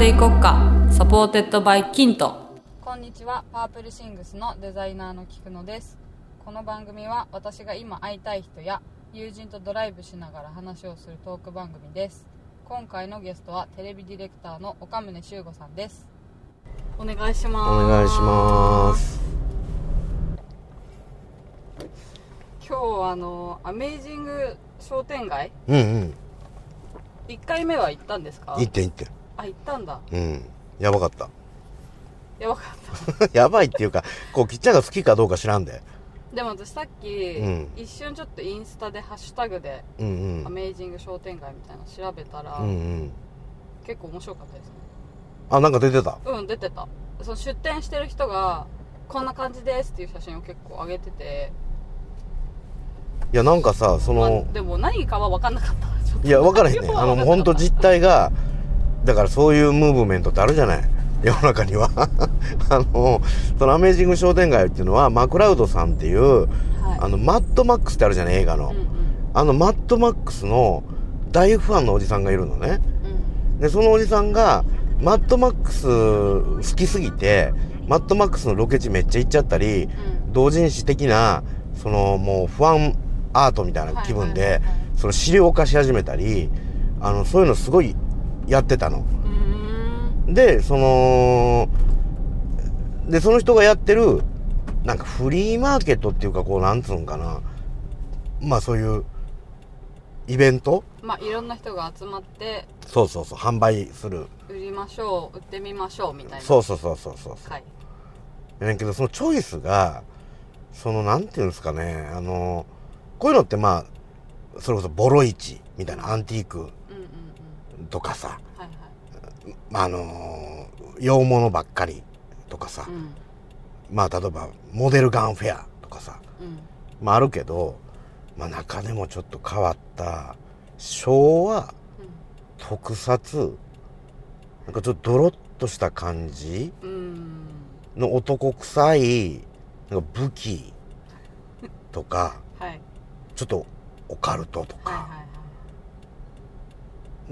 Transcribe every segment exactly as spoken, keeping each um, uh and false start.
でいこっか。サポーテッドバイキント。 こんにちは、パープルシングスのデザイナーの菊野です。この番組は私が今会いたい人や友人とドライブしながら話をするトーク番組です。今回のゲストはテレビディレクターの岡宗修吾さんです。お願いします。 お願いします。 今日はあのアメイジング商店街、 うんうんいっかいめは行ったんですか？ 行って行ってあ、行ったんだ。 うんやばかったやばかったやばいっていうかこうきっちゃんが好きかどうか知らんで。 でも私さっき、うん、一瞬ちょっとインスタでハッシュタグで、うんうん、アメイジング商店街みたいなの調べたら、うんうん、結構面白かったですね。 あ、なんか出てた？ うん出てた。その出店してる人がこんな感じですっていう写真を結構上げてて、 いやなんかさその、まあ、でも何かは分かんなかった。ちょっといや分からへんね。あの本当実態がだからそういうムーブメントってあるじゃない世の中にはあのそのアメージング商店街っていうのはマクラウドさんっていう、はい、あのマッドマックスってあるじゃない映画の、うんうん、あのマッドマックスの大ファンのおじさんがいるのね、うん、でそのおじさんがマッドマックス好きすぎてマッドマックスのロケ地めっちゃ行っちゃったり、うん、同人誌的なそのもうファンアートみたいな気分で、はいはいはいはい、その資料化し始めたりあのそういうのすごいやってたの。でそのでその人がやってるなんかフリーマーケットっていうかこうなんつうんかな、まあそういうイベント、 まあいろんな人が集まってそうそうそう販売する、 売りましょう売ってみましょうみたいな、 そうそうそうそうそう、 はい、 やねんけどそのチョイスがそのなんていうんですかね、あのこういうのってまあそれこそボロ市みたいなアンティークとかさ、はいはい、まああの洋物ばっかりとかさ、うん、まあ例えばモデルガンフェアとかさ、うん、まああるけど、まあ中でもちょっと変わった昭和、うん、特撮なんかちょっとドロッとした感じの男臭いなんか武器とか、はい、ちょっとオカルトとか、はいはいはい、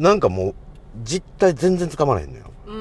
なんかもう実態全然つかまれへんのよ、うん、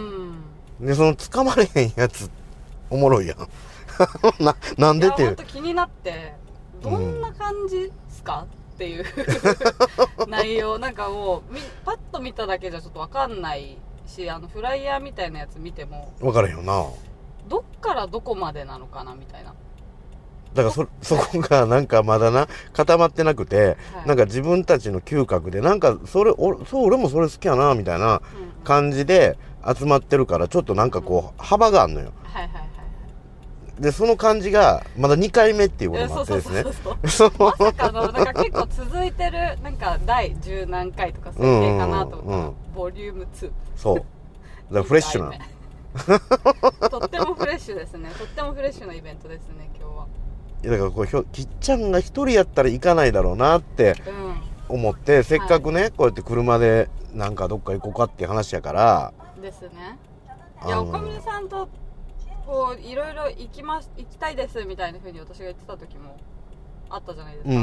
でそのつかまれへんやつおもろいやんな, なんでっていう。 いやほんと気になってどんな感じですか、うん、っていう内容なんかもうパッと見ただけじゃちょっと分かんないし、あのフライヤーみたいなやつ見ても分からへんよな、 どっからどこまでなのかなみたいな。 だから そ, そこがなんかまだな固まってなくて、はい、なんか自分たちの嗅覚でなんかそれおそう俺もそれ好きやなみたいな感じで集まってるからちょっとなんかこう幅があるのよ、はいはいはい、でその感じがまだにかいめっていうこともあってですね、 まさかのなんか結構続いてるなんか第十何回とかそういう系かなと思った、うんうん、ボリュームツー、そうだからフレッシュなとってもフレッシュですね。とってもフレッシュなイベントですね今日は。 いやだからこうひょきっちゃんが一人やったら行かないだろうなって思って、うん、せっかくね、はい、こうやって車でなんかどっか行こうかっていう話やからですね。いや岡村さんとこういろいろ行きます行きたいですみたいな風に私が言ってた時もあったじゃないですか。うん、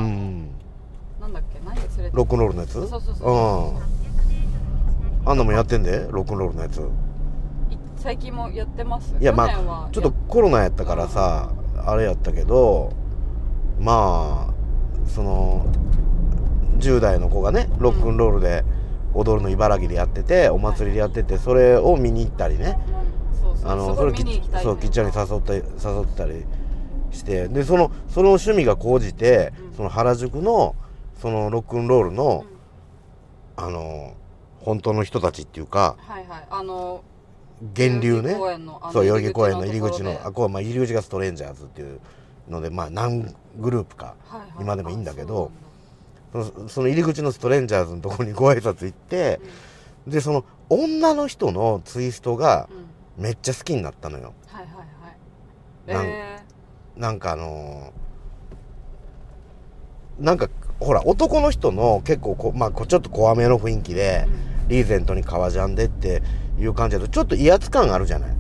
なんだっけ何連れてロックンロールのやつ。そうそうそうそう、うん、あんなもんやってんでロックンロールのやつ最近もやってます。 いやまあちょっとコロナやったからさ、うん、あれやったけどまあそのじゅう代の子がねロックンロールで踊るの茨城でやってて、うん、お祭りでやっててそれを見に行ったりね、うん、そうそうあのそれをきっちゃんに誘って誘ってたりしてでそのその趣味が高じて、うん、その原宿のそのロックンロールの、うん、あの本当の人たちっていうか、はいはいあの源流ね、そう代々木公園の入り口のあこうまあ入り口がストレンジャーズっていうのでまあ何グループか、はいはい、今でもいいんだけどその、その入り口のストレンジャーズのところにご挨拶行って、うん、でその女の人のツイストがめっちゃ好きになったのよ、うん、はいはいはい、えー、なんかあのー、なんかほら男の人の結構こ、まあ、ちょっと怖めの雰囲気で、うん、リーゼントに革ジャンでっていう感じだとちょっと威圧感あるじゃない、うん、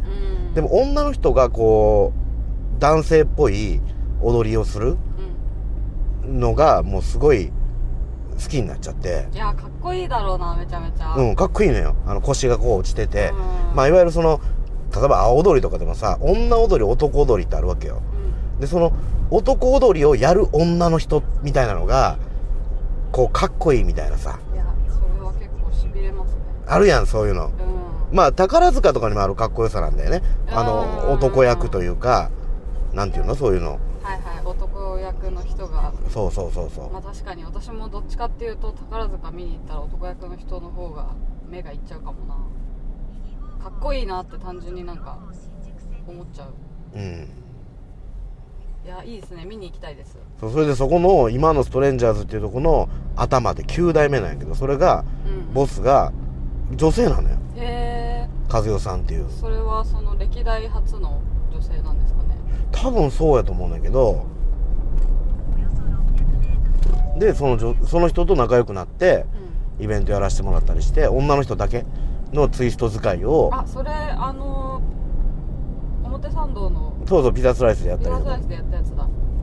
でも女の人がこう男性っぽい踊りをするのがもうすごい好きになっちゃって。 いやかっこいいだろうな、めちゃめちゃ。 うん、かっこいいのよ。あの腰がこう落ちてて、 うん、 まあいわゆるその例えば青踊りとかでもさ、女踊り男踊りってあるわけよ、うん、でその男踊りをやる女の人みたいなのがこうかっこいいみたいなさ。 いやそれは結構しびれますね。 あるやんそういうの、うん、まあ宝塚とかにもあるかっこよさなんだよね。あの男役というか、なんていうのそういうの。 はいはい、男役の人が。 そうそうそうそう。 まあ確かに私もどっちかっていうと宝塚見に行ったら男役の人の方が目がいっちゃうかもな。かっこいいなって単純になんか思っちゃう。うん。いやいいですね、見に行きたいです。 そう、それでそこの今のストレンジャーズっていうとこの頭できゅう代目なんやけど、それが、うん、ボスが女性なのよ。へえ。和代さんっていう。それはその歴代初の女性なんですかね。多分そうやと思うんだけど、でそのその人と仲良くなって、うん、イベントやらせてもらったりして、女の人だけのツイスト使いを。あ、それあの表参道の。そうそう、ピザスライスでやったやつ。ピザスライスでやったやつだ。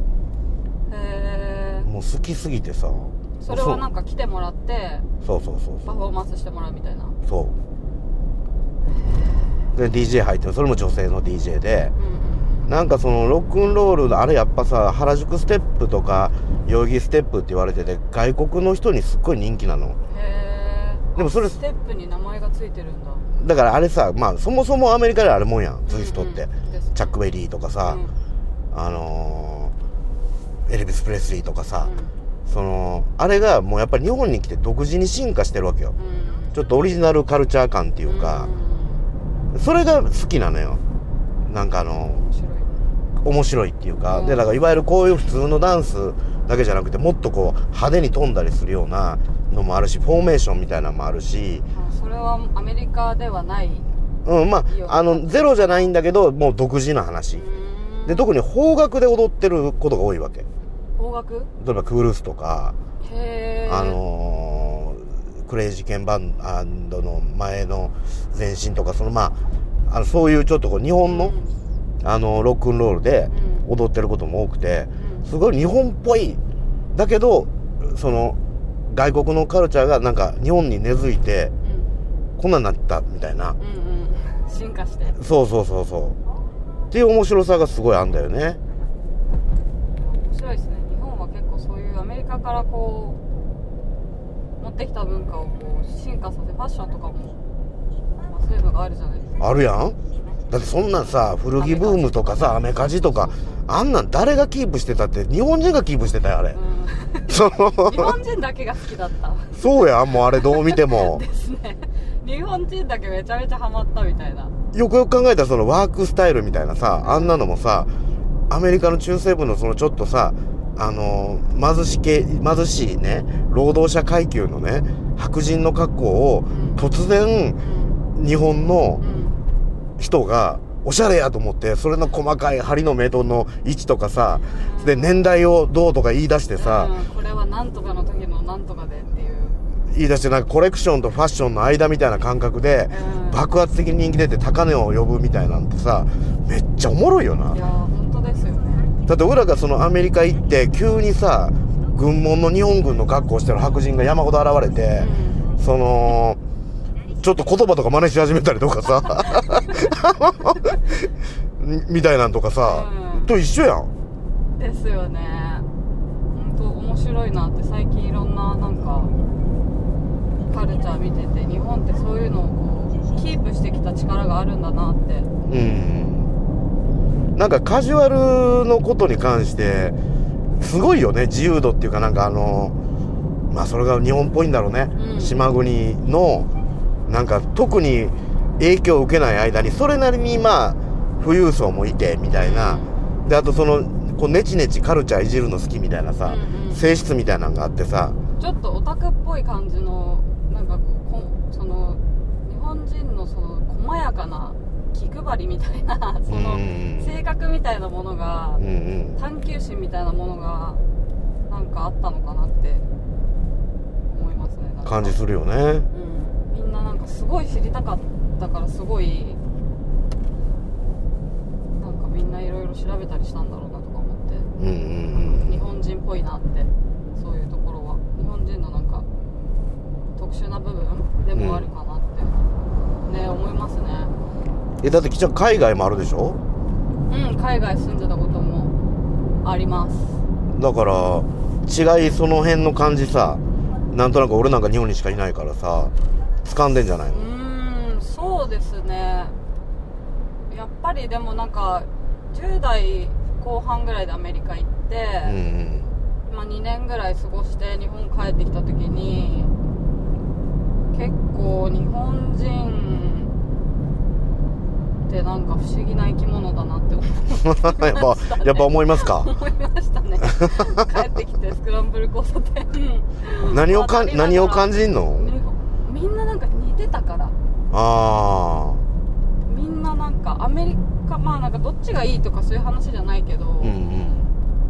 へえ。もう好きすぎてさ。それはなんか来てもらって、そうそうそうそう、パフォーマンスしてもらうみたいな。そうで ディージェー 入ってる、それも女性の ディージェー で、うん、なんかそのロックンロールあれやっぱさ、原宿ステップとか代々木ステップって言われてて、外国の人にすっごい人気なの。へえ。でもそれステップに名前がついてるんだ。だからあれさ、まあそもそもアメリカであるもんやん、ツイストって、うんうん、チャックベリーとかさ、うん、あのー、エルビス・プレスリーとかさ、うん、そのあれがもうやっぱり日本に来て独自に進化してるわけよ、うん、ちょっとオリジナルカルチャー感っていうか、うん、それが好きなのよ。なんかあの面白い面白いっていうか、うん、でだからいわゆるこういう普通のダンスだけじゃなくて、もっとこう派手に飛んだりするようなのもあるし、フォーメーションみたいなのもあるし、それはアメリカではない。うん、まああのゼロじゃないんだけど、もう独自な話で、特に邦楽で踊ってることが多いわけ。邦楽？例えばクールスとか、へー、あのー、クレイジーケンバンドの前の前身とか、そのまあ、あのそういうちょっとこう日本の、うん、あのロックンロールで踊ってることも多くて、うん、すごい日本っぽいだけど、その外国のカルチャーがなんか日本に根付いて、うん、こんなんなったみたいな、うんうん、進化して、そうそうそうそうっていう面白さがすごいあんだよね。面白いですね。日本は結構そういうアメリカからこう持ってきた文化をこう進化させ、ファッションとかも、まあ、そういうのがあるじゃないですか。あるやん。だってそんなんさ、古着ブームとかさ、アメカジとか、あんなん誰がキープしてたって、日本人がキープしてたよあれ、うん、その日本人だけが好きだった。そうやん、もうあれどう見てもですね。日本人だけめちゃめちゃハマったみたいな。よくよく考えたら、そのワークスタイルみたいなさ、あんなのもさ、アメリカの中西部のそのちょっとさ、あの貧し系貧しいね労働者階級のね白人の格好を突然、うん、日本の人がおしゃれやと思って、それの細かい針の目との位置とかさ、うん、で年代をどうとか言い出してさ、うん、これはなんとかの時のなんとかでっていう言い出して、なんかコレクションとファッションの間みたいな感覚で爆発的に人気出て高値を呼ぶみたいなんてさ、めっちゃおもろいよな。いや本当ですよね。だって俺らがそのアメリカ行って急にさ、軍門の日本軍の格好してる白人が山ほど現れて、うん、そのちょっと言葉とか真似し始めたりとかさみたいなんとかさ、うん、と一緒やん。ですよね。本当面白いなって最近いろんななんかカルチャー見てて、日本ってそういうのをこうキープしてきた力があるんだなって。うん。なんかカジュアルのことに関してすごいよね、自由度っていうか、なんかあのまあそれが日本っぽいんだろうね、うん、島国のなんか特に影響を受けない間にそれなりにまあ富裕層もいてみたいな、うん、であとそのこうネチネチカルチャーいじるの好きみたいなさ、うんうん、性質みたいなのがあってさ、ちょっとオタクっぽい感じのなんかこうその日本人のその細やかな気配りみたいなその性格みたいなものが、うんうん、探求心みたいなものがなんかあったのかなって思いますね。なんか感じするよね、うん、みんななんかすごい知りたかったから、すごいなんかみんないろいろ調べたりしたんだろうなとか思って、うんうんうん、日本人っぽいなって、そういうところは日本人のなんか特殊な部分でもあるかなって、うん、ね思いますね。 えだってきちゃん海外もあるでしょ。 うん海外住んでたこともあります。 だから違いその辺の感じさ、なんとなく俺なんか日本にしかいないからさ掴んでんじゃないの。 うーんそうですね。やっぱりでもなんかじゅう代後半ぐらいでアメリカ行って、うんうん、まあ、にねんぐらい過ごして日本帰ってきた時に結構日本人ってなんか不思議な生き物だなって思いましたね。やっぱやっぱ思いますか。 思いましたね。帰ってきてスクランブル交差点何をかん何を感じんの？ みんななんか似てたから。 ああ。 みんななんかアメリカまあなんかどっちがいいとかそういう話じゃないけど、うんうん、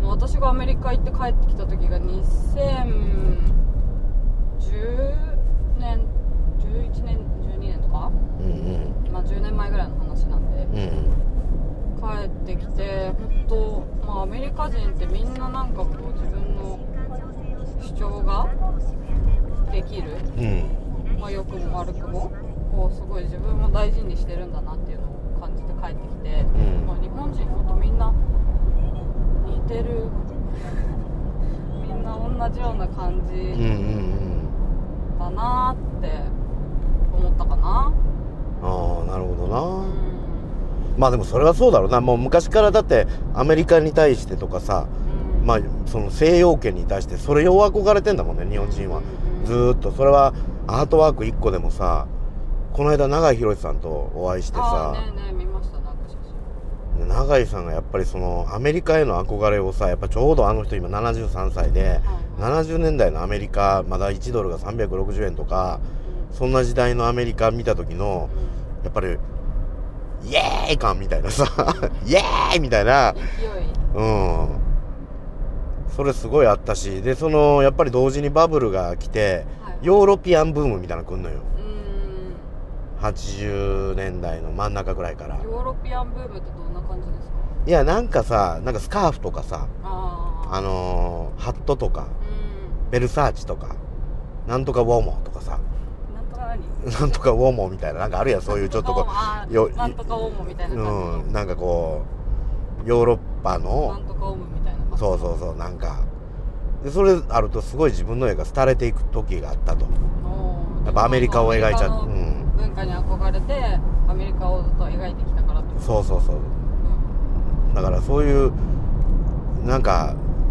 私がアメリカ行って帰ってきた時がにせんじゅうねんじゅういちねんじゅうにねんとか、うんうん、まあじゅうねんまえぐらいの話なんで、うん、帰ってきて本当、まあ、アメリカ人ってみんななんかこう自分の主張ができる、うんまあ、良くも悪くもこうすごい自分も大事にしてるんだなっていうのを感じて帰ってきて、うんまあ、日本人ほんとみんな似てるみんな同じような感じだなって思ったかな。 ああなるほどな、うん、まあでもそれはそうだろうな。もう昔からだってアメリカに対してとかさ、うん、まあその西洋圏に対してそれを憧れてんだもんね日本人は、うん、ずーっとそれはアートワークいっこでもさ、この間永井博さんとお会いしてさ、 あねえねえ見ましたなんか写真。 永井さんがやっぱりそのアメリカへの憧れをさ、やっぱちょうどあの人今ななじゅうさんさいで、はいはい、ななじゅうねんだいのアメリカまだいちドルがさんびゃくろくじゅうえんとか、うん、そんな時代のアメリカ見た時の、うん、やっぱりイエーイ感みたいなさ、うん、イエーイみたいな勢い、 うん、それすごいあったし、でそのやっぱり同時にバブルが来て、はい、ヨーロピアンブームみたいなの来んのよ。はちじゅうねんだいの真ん中ぐらいから。 ヨーロピアンブームってどんな感じですか？ いやなんかさ、なんかスカーフとかさ、あ, あのー、ハットとか、うん、ベルサーチとかなんとかウォーモとかさ、 なんとか何なんとかウォーモみたいな、なんかあるやんそういうちょっとこうよなんとかウォーモみたいな感じ、 うん、なんかこうヨーロッパのなんとかウォーモみたいな、 そうそうそう、なんかでそれあるとすごい自分の絵が廃れていく時があったと。やっぱアメリカを描いちゃって、うん、 文化に憧れてアメリカをずっと描いてきたからってこと。 そうそうそう、うん、だからそういうなんか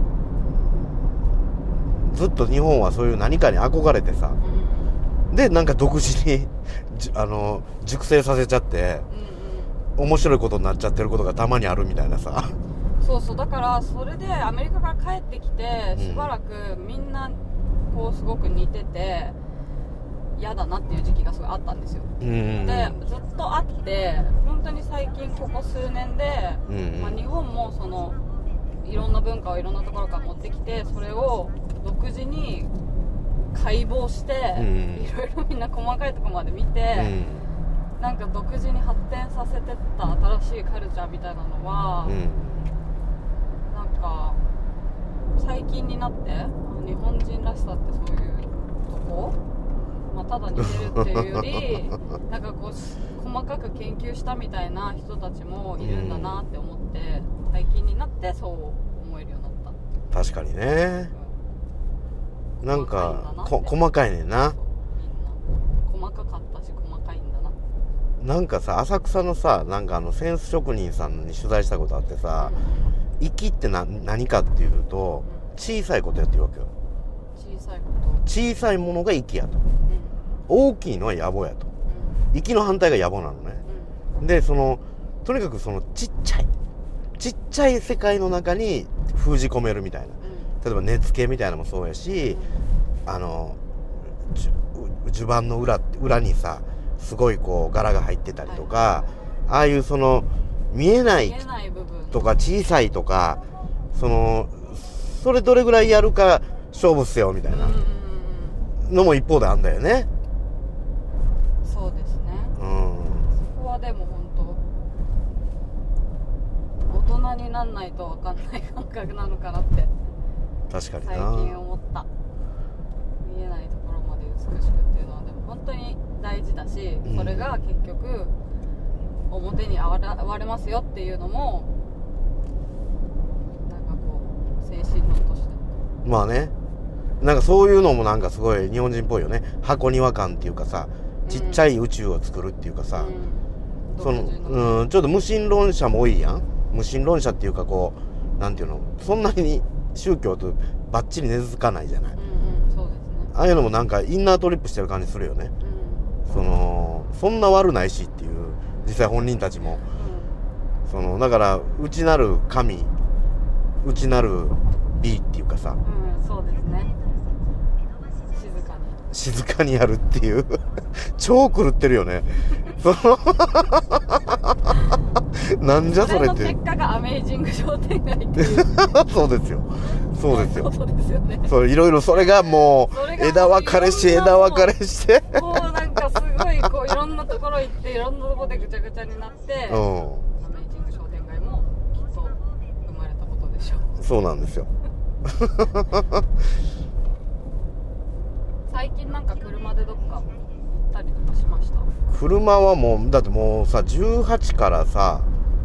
ずっと日本はそういう何かに憧れてさ、うん、でなんか独自にあの熟成させちゃって、うんうん、面白いことになっちゃってることがたまにあるみたいなさ。 そうそう、だからそれでアメリカから帰ってきてしばらくみんなこうすごく似てて嫌だなっていう時期がすごいあったんですよ、うんうん、でずっとあって本当に最近ここ数年で、うんうんまあ、日本もそのいろんな文化をいろんなところから持ってきてそれを独自に解剖して、うん、いろいろみんな細かいところまで見て、うん、なんか独自に発展させてった新しいカルチャーみたいなのは、うん、なんか最近になって日本人らしさってそういうとこまあ、ただ似てるっていうよりなんかこう細かく研究したみたいな人たちもいるんだなって思って、うん、最近になってそう思えるようになった。 確かにね、うん、なんかこ細かいねんな。 みんな細かかったし細かいんだな。 なんかさ浅草のさなんかあのセンス職人さんに取材したことあってさ、うん、粋ってな何かっていうと、うん、小さいことやってるわけよ。 小さいこと小さいものが粋やと、大きいのは野暮やと、うん、粋の反対が野暮なのね、うん、でそのとにかくそのちっちゃいちっちゃい世界の中に封じ込めるみたいな、うん、例えば根付けみたいなのもそうやし、うん、あの襦袢の 裏, 裏にさすごいこう柄が入ってたりとか、はい、ああいうその見えないとか小さいとかそのそれどれぐらいやるか勝負っすよみたいなのも一方であんだよね。 そうですね、うん、そこはでも本当大人になんないと分かんない感覚なのかなって確かにな最近思った。 美しくっていうのはでも本当に大事だし、 うん、 それが結局表に現れますよっていうのもなんかこう精神論としてまあね、なんかそういうのもなんかすごい日本人っぽいよね。箱庭感っていうかさ、ちっちゃい宇宙を作るっていうかさ、うん、そのうんちょっと無神論者も多いやん。無神論者っていうかこうなんていうの、そんなに宗教とバッチリ根付かないじゃない、 うんうん、そうですね。 ああいうのもなんかインナートリップしてる感じするよね、うん、そのそんな悪ないしっていう、実際本人たちも、うん、そのだから内なる神、内なる美っていうかさ、 うん、そうですね。静かに静かにやるっていう超狂ってるよねそのなんじゃそれって。それの結果がアメイジング商店街っていうそうですよ、そうですよ、 そうですよね。 そういろいろそれがもう枝分かれし枝分かれしてもうなんかすごいこういろんなところ行っていろんなところでぐちゃぐちゃになって、うん、アメイジング商店街もきっと生まれたことでしょう。 そうなんですよ最近なんか車でどっか行ったりとかしました？ 車はもうだってもうさじゅうはちからさ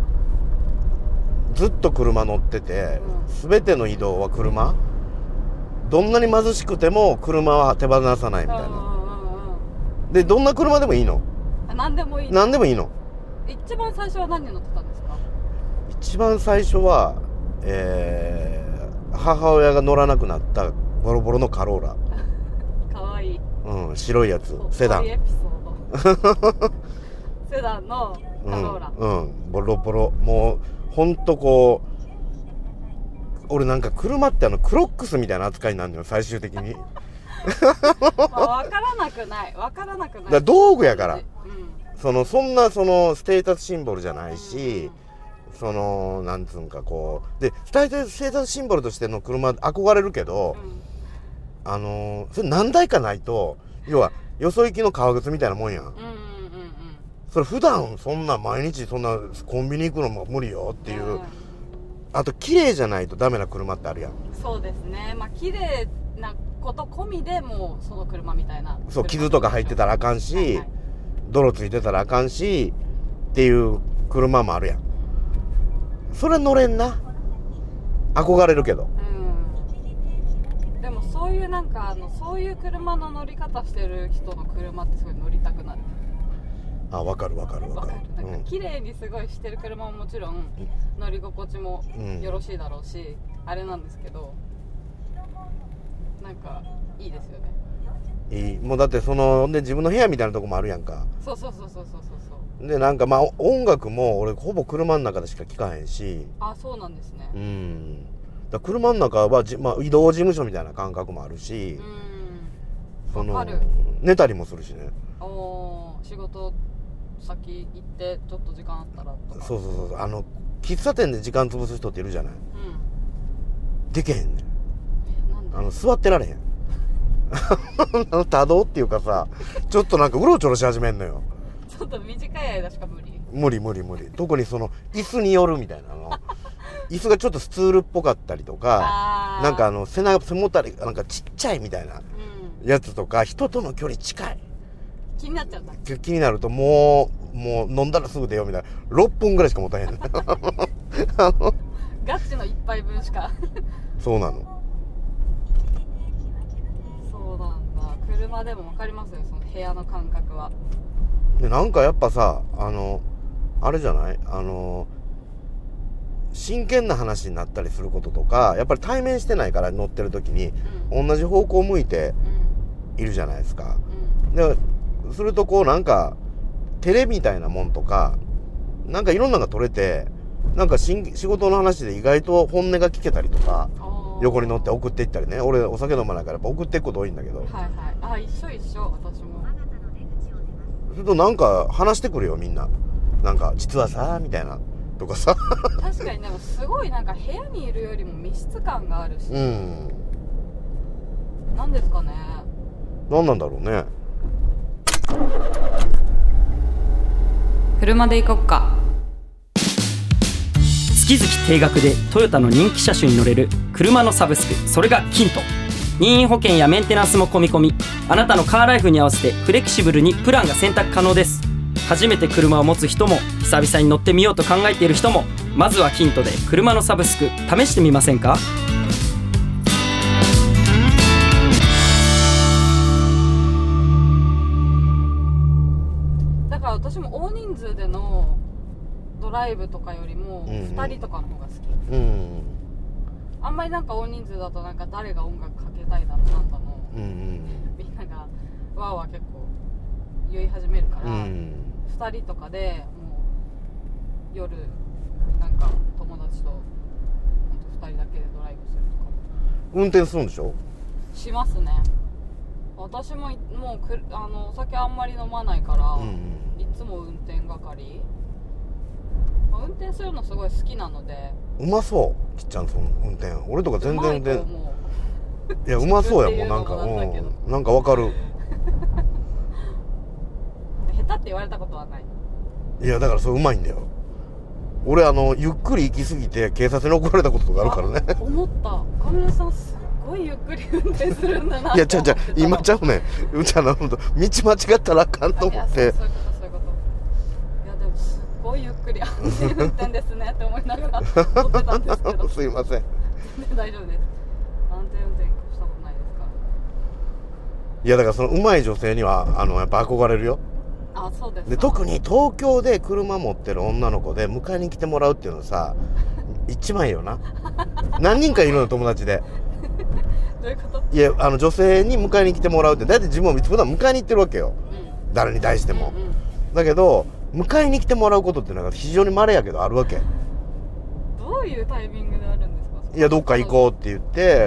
ずっと車乗ってて、うん、全ての移動は車、どんなに貧しくても車は手放さないみたいな、うんうんうん、でどんな車でもいいの？ 何でもいいの？ 何でもいいの？ 一番最初は何に乗ってたんですか？ 一番最初は、えー、母親が乗らなくなったボロボロのカローラかわいい、 うん、白いやつ、セダン、 エピソードセダンのカローラ、 うん、うん、ボロボロ、もうほんとこう俺なんか車ってあのクロックスみたいな扱いになるのよ最終的にまあ、分からなくない分からなくない、 だ道具やから、うん、 そのそんなそのステータスシンボルじゃないし、うん、そのなんつうんかこうでステータスシンボルとしての車憧れるけど、うん、あのそれ何台かないと要はよそ行きの革靴みたいなもんやん、うんうんうんうん、それ普段そんな毎日そんなコンビニ行くのも無理よっていう、うん、あと綺麗じゃないとダメな車ってあるやん。 そうですね、まあ綺麗なこと込みでもうその車みたいな、 そう傷とか入ってたらあかんし、はいはい、泥ついてたらあかんしっていう車もあるやん。それ乗れんな、憧れるけど、 うん、でもそういうなんかあのそういう車の乗り方してる人の車ってすごい乗りたくなる。 あ、分かる分かる分かる。 なんか綺麗にすごいしてる車ももちろん乗り心地もよろしいだろうし、うん、あれなんですけどなんかいいですよね。 いい、もうだってそので自分の部屋みたいなとこもあるやんか。 そうそうそうそうそうそう。 でなんかまあ音楽も俺ほぼ車の中でしか聴かへんし。 あ、そうなんですね。 うん。だ車の中はじ、まあ、移動事務所みたいな感覚もあるし、 うん、そのわかる。 寝たりもするしね。 おー、仕事先行ってちょっと時間あったらとか。そうそうそう、あの喫茶店で時間潰す人っているじゃない、うん、でけへんねん。 え、なんで？ あの座ってられへん多動っていうかさ、ちょっとなんかうろちょろし始めんのよ。 ちょっと短い間しか無理無理無理無理。特にその椅子によるみたいなの椅子がちょっとスツールっぽかったりとか、なんかあの背中背もたれなんかちっちゃいみたいなやつとか、うん、人との距離近い気になっちゃった。 気になるともうもう飲んだらすぐ出ようみたいな。ろっぷんぐらいしか持たへんガチの一杯分しかそうなの。 そうなんだ。車でも分かりますよ、その部屋の感覚は。 でなんかやっぱさ、あのあれじゃない、あの真剣な話になったりすることとか、やっぱり対面してないから乗ってる時に、うん、同じ方向を向いているじゃないですか、うん、でするとこうなんか照れみたいなもんとかなんかいろんなのが取れて、なんか仕事の話で意外と本音が聞けたりとか、横に乗って送っていったりね。俺お酒飲まないからやっぱ送っていくこと多いんだけど、はいはい、あ、一緒一緒、私も。 するとなんか話してくるよみんな。なんか実はさみたいなとかさ確かに。でもすごいなんか部屋にいるよりも密室感があるし、うん、なんですかね。 なんなんだろうね。 車で行こっか。 月々定額でトヨタの人気車種に乗れる車のサブスク、それがキント。 任意保険やメンテナンスも込み込み、あなたのカーライフに合わせてフレキシブルにプランが選択可能です。初めて車を持つ人も久々に乗ってみようと考えている人も、まずはキントで車のサブスク試してみませんか？ だから私も大人数でのドライブとかよりもふたりとかの方が好き、 うんうん、あんまりなんか大人数だとなんか誰が音楽かけたいだのなんだの、 うんうん、 みんながわーわー結構言い始めるから、うん、ふたりとかでもう夜なんか友達とほんとふたりだけでドライブするとか。 運転するんでしょ？ しますね。私ももうくあのお酒あんまり飲まないから、うんうん、いつも運転係、まあ、運転するのすごい好きなので。 うまそうきっちゃんその運転。俺とか全然運転いやうまそうやもんなんかうんなんかわかる下手って言われたことはない。 いやだからそれうまいんだよ。俺あのゆっくり行き過ぎて警察に怒られたこととかあるからね。 思ったカメラさんすごいゆっくり運転するんだな。 いやちゃうちゃう今ちゃうねんうちゃんの道間違ったらあかんと思って。 そういうことそういうこと。いやでもすっごいゆっくり安全運転ですねって思いながら乗ってたんですけどすいません全然大丈夫です。安全運転したことないですから。 いやだからその上手い女性にはあのやっぱ憧れるよ。 あ、そうですか。 で特に東京で車持ってる女の子で迎えに来てもらうっていうのさ一番いいよな何人かいるの友達でどういうこと？ いやあの女性に迎えに来てもらうってだいたい自分も普段迎えに行ってるわけよ、うん、誰に対しても、うんうん、だけど迎えに来てもらうことっていうのが非常に稀やけどあるわけ。 どういうタイミングであるんですか？ いやどっか行こうって言って、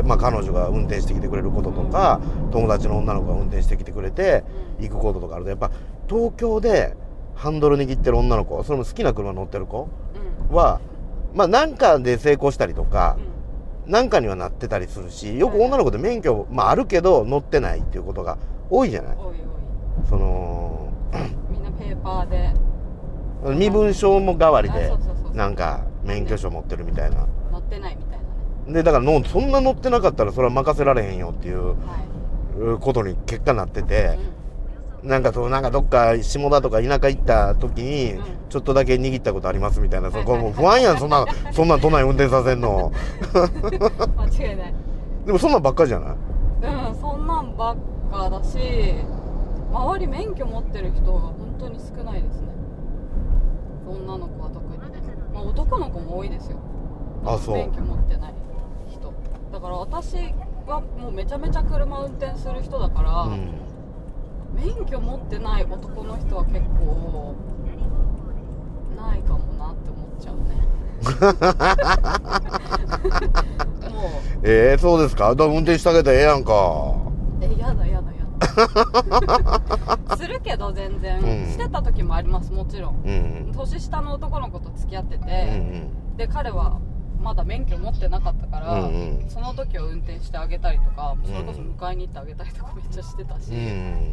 まあ、彼女が運転してきてくれることとか、うん、友達の女の子が運転してきてくれて、うん、行くこととかあるとやっぱ東京でハンドル握ってる女の子、それも好きな車乗ってる子は、うん、まあなんかで成功したりとか、うん、なんかにはなってたりするし、よく女の子で免許、まあ、あるけど乗ってないっていうことが多いじゃない。 多い多い。そのみんなペーパーで身分証も代わりでなんか免許証持ってるみたいな、 乗ってないみたいなね。 でだからのそんな乗ってなかったらそれは任せられへんよっていう、はい、ことに結果なってて、うん、なんかそうなんかどっか下田とか田舎行った時に、うん、ちょっとだけ握ったことありますみたいな、はいはいはい、そこも不安やんそんなそんな都内運転させんの間違いない。 でもそんなんばっかじゃない？ うん、そんなんばっかだし周り免許持ってる人が本当に少ないですね。女の子は特に、まあ、男の子も多いですよ。 あ、そう。 免許持ってない人だから。私はもうめちゃめちゃ車運転する人だから、うん、免許持ってない男の人は結構ないかもなって思っちゃうねもうえー、そうですか。だから運転してあげたらええやんか。 え、やだやだやだするけど全然、うん、してた時もあります。もちろん、うんうん、年下の男の子と付き合ってて、うんうん、で彼はまだ免許持ってなかったから、うんうん、その時は運転してあげたりとか、それこそ迎えに行ってあげたりとかめっちゃしてたし、うん、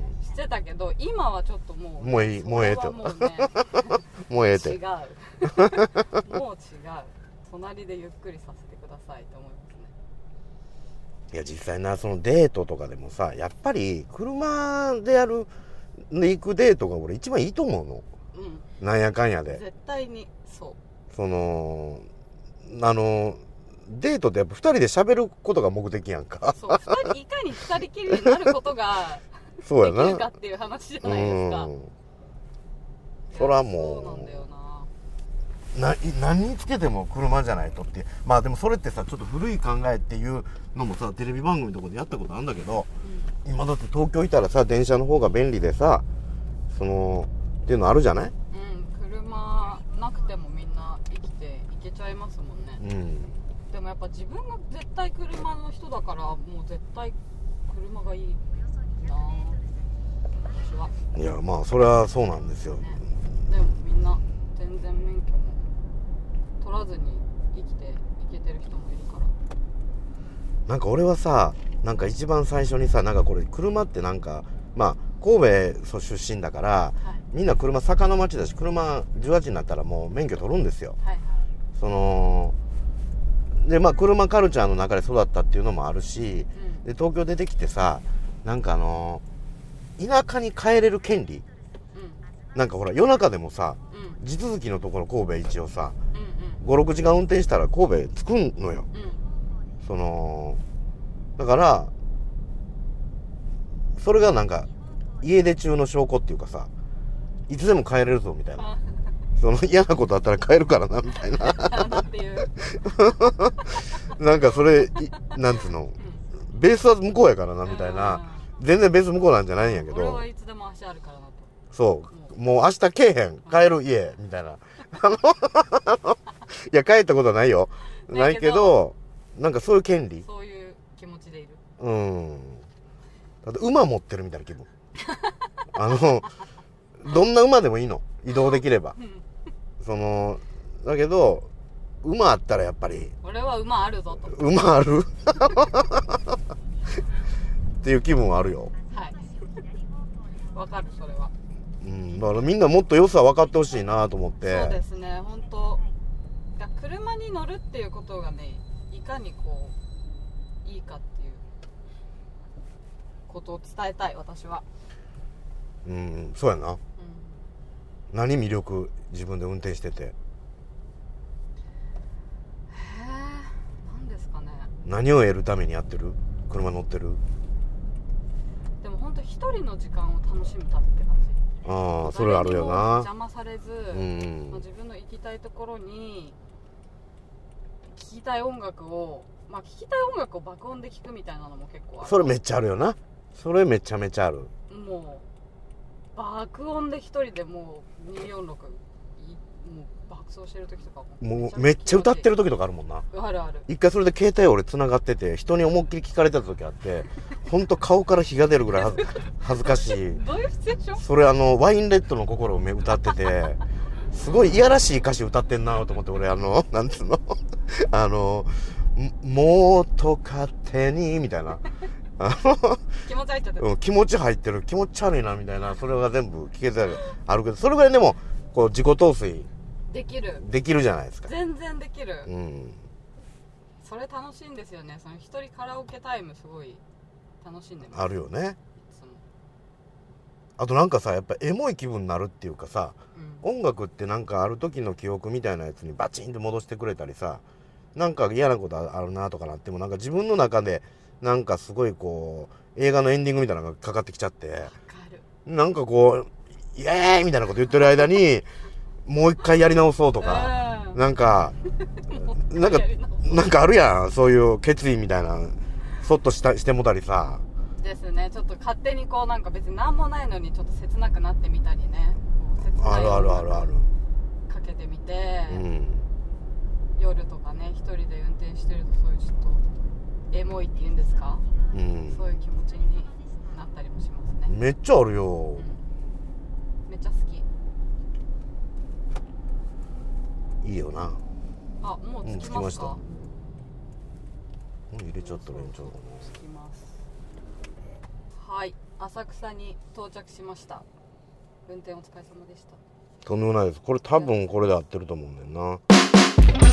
してたけど今はちょっともうもういい、もうええと、 もうねもうええって違うもう違う、隣でゆっくりさせてくださいと思いますね。 いや実際な、そのデートとかでもさ、やっぱり車でやるで行くデートが俺一番いいと思うの、うん、なんやかんやで絶対にそう。 そのあのデートってやっぱふたりで喋ることが目的やんか。 そう、ふたりいかにふたりきりになることがそうやなできるかっていう話じゃないですか。うん、 そらもうそうなんだよな。 な何につけても車じゃないとって。まあでもそれってさ、ちょっと古い考えっていうのもさ、テレビ番組とかでやったことあるんだけど、うん、今だって東京いたらさ、電車の方が便利でさ、そのっていうのあるじゃない。うん、 車なくてもみんな生きていけちゃいますもんね。うん、でもやっぱ自分が絶対車の人だから、もう絶対車がいいな私は。 いやまあそれはそうなんですよ、ね、 でもみんな全然免許も取らずに生きていけてる人もいるから。 なんか俺はさ、なんか一番最初にさ、なんかこれ車ってなんかまあ神戸出身だから、はい、みんな車坂の町だし、車じゅうはちになったらもう免許取るんですよ、はいはい、そのでまあ車カルチャーの中で育ったっていうのもあるし、 で東京出てきてさ、なんかあの田舎に帰れる権利、 うんなんかほら夜中でもさ、 うん地続きのところ神戸一応さうんうんごろくじかん運転したら神戸着くのよ。 うんそのだからそれがなんか家出中の証拠っていうかさ、いつでも帰れるぞみたいな、その嫌なことあったら帰るからなみたいななんていうなんかそれいなんつうの、ベースは向こうやからなみたいな、全然ベース向こうなんじゃないんやけ俺ど、 はいつでも足あるからなと。 そうもう明日けえへん帰る家みたいなあのいや帰ったことはないよ、ないけどなんかそういう権利、 そういう気持ちでいる。 うんだって馬持ってるみたいな気分あのどんな馬でもいいの、移動できればそのだけど馬あったらやっぱり俺は馬あるぞと。 馬あるっていう気分はあるよ。 はいわかるそれは。 うんだからみんなもっと良さ分かってほしいなと思ってそうですね本当。いや車に乗るっていうことがねいかにこういいかっていうことを伝えたい私は。 うんそうやな、 うん何魅力自分で運転してて、 へえ何ですかね。 何を得るためにやってる車乗ってる。 でも本当一人の時間を楽しむためって感じ。 ああそれあるよ誰にもな。 邪魔されず、 うんまあ、自分の行きたいところに聴きたい音楽をまあ聴きたい音楽を爆音で聴くみたいなのも結構ある。 それめっちゃあるよな。それめちゃめちゃある。 もう爆音で一人でもうにひゃくよんじゅうろくいもう爆走してる時とかもうめっちゃ歌ってる時時とかあるもんな。 あるある。 一回それで携帯俺繋がってて人に思いっきり聞かれてた時あってほんと顔から火が出るぐらいはず恥ずかしい。 どういうシチュエーション？ それあのワインレッドの心を歌っててすごいいやらしい歌詞歌ってんなと思って、俺あのなんつうのあのもっと勝手にみたいなあの気持ち入っちゃってる、 うん、気持ち入ってる気持ち悪いなみたいな、それが全部聞けてあるけど、それぐらいでもこう自己陶酔できるできるじゃないですか。 全然できる、 うん、 それ楽しいんですよね。その一人カラオケタイムすごい楽しんでます。 あるよね。 いつもあとなんかさやっぱエモい気分になるっていうかさ、 うん音楽ってなんかある時の記憶みたいなやつにバチンと戻してくれたりさ、なんか嫌なことあるなとかなってもなんか自分の中でなんかすごいこう映画のエンディングみたいなのがかかってきちゃってわかる。 なんかこうイエーイみたいなこと言ってる間にもう一回やり直そうとか、 うんなんかなんかなんかあるやん、そういう決意みたいなそっとしたしてもたりさですね。ちょっと勝手にこうなんか別に何もないのにちょっと切なくなってみたりね、こう切ないあるあるあるある、 かけてみて、 うん夜とかね一人で運転してるとそういうちょっとエモいっていうんですか、 うんそういう気持ちになったりもしますね。 めっちゃあるよ、 めっちゃ好き。 いいよな。 あ、もう着きますか？ うん着きました。もう入れちゃったらいいんちゃうか着きます。はい、浅草に到着しました。運転お疲れ様でした。 な。とんでもないです。これ多分これで合ってると思うんだよな。